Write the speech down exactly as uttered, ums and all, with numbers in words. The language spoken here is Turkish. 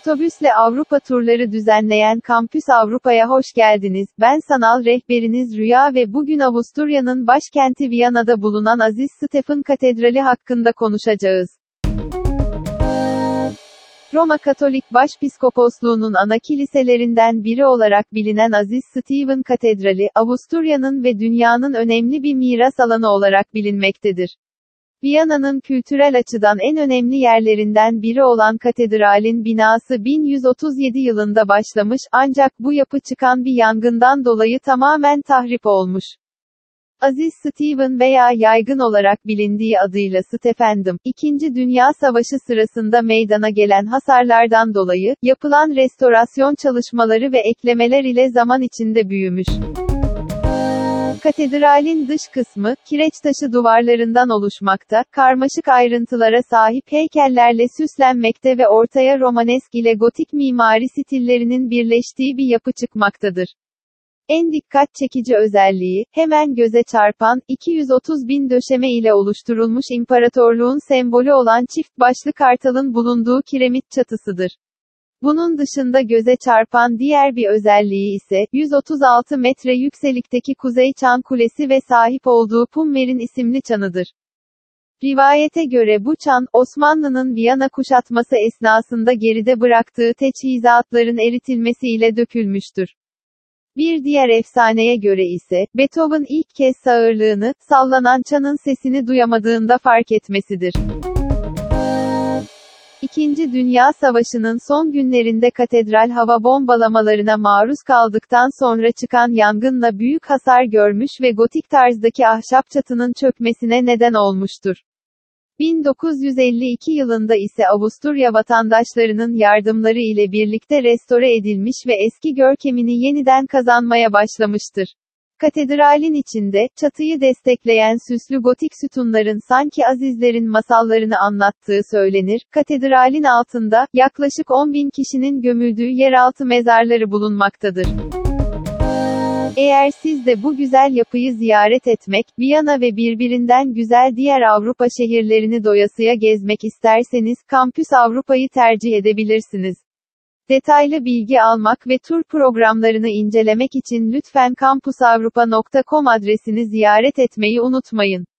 Otobüsle Avrupa turları düzenleyen Kampüs Avrupa'ya hoş geldiniz. Ben sanal rehberiniz Rüya ve bugün Avusturya'nın başkenti Viyana'da bulunan Aziz Stefan Katedrali hakkında konuşacağız. Roma Katolik Başpiskoposluğu'nun ana kiliselerinden biri olarak bilinen Aziz Stephen Katedrali, Avusturya'nın ve dünyanın önemli bir miras alanı olarak bilinmektedir. Viyana'nın kültürel açıdan en önemli yerlerinden biri olan katedralin binası bin yüz otuz yedi yılında başlamış, ancak bu yapı çıkan bir yangından dolayı tamamen tahrip olmuş. Aziz Stephen veya yaygın olarak bilindiği adıyla Stephendom, İkinci Dünya Savaşı sırasında meydana gelen hasarlardan dolayı, yapılan restorasyon çalışmaları ve eklemeler ile zaman içinde büyümüş. Katedralin dış kısmı, kireç taşı duvarlarından oluşmakta, karmaşık ayrıntılara sahip heykellerle süslenmekte ve ortaya Romanesk ile Gotik mimari stillerinin birleştiği bir yapı çıkmaktadır. En dikkat çekici özelliği, hemen göze çarpan, iki yüz otuz bin döşeme ile oluşturulmuş imparatorluğun sembolü olan çift başlı kartalın bulunduğu kiremit çatısıdır. Bunun dışında göze çarpan diğer bir özelliği ise, yüz otuz altı metre yükseklikteki Kuzey Çan Kulesi ve sahip olduğu Pummerin isimli çanıdır. Rivayete göre bu çan, Osmanlı'nın Viyana kuşatması esnasında geride bıraktığı teçhizatların eritilmesiyle dökülmüştür. Bir diğer efsaneye göre ise, Beethoven ilk kez sağırlığını, sallanan çanın sesini duyamadığında fark etmesidir. İkinci Dünya Savaşı'nın son günlerinde katedral hava bombalamalarına maruz kaldıktan sonra çıkan yangınla büyük hasar görmüş ve gotik tarzdaki ahşap çatının çökmesine neden olmuştur. bin dokuz yüz elli iki yılında ise Avusturya vatandaşlarının yardımları ile birlikte restore edilmiş ve eski görkemini yeniden kazanmaya başlamıştır. Katedralin içinde, çatıyı destekleyen süslü gotik sütunların sanki azizlerin masallarını anlattığı söylenir. Katedralin altında, yaklaşık on bin kişinin gömüldüğü yeraltı mezarları bulunmaktadır. Eğer siz de bu güzel yapıyı ziyaret etmek, Viyana ve birbirinden güzel diğer Avrupa şehirlerini doyasıya gezmek isterseniz, Kampüs Avrupa'yı tercih edebilirsiniz. Detaylı bilgi almak ve tur programlarını incelemek için lütfen kampusavrupa nokta com adresini ziyaret etmeyi unutmayın.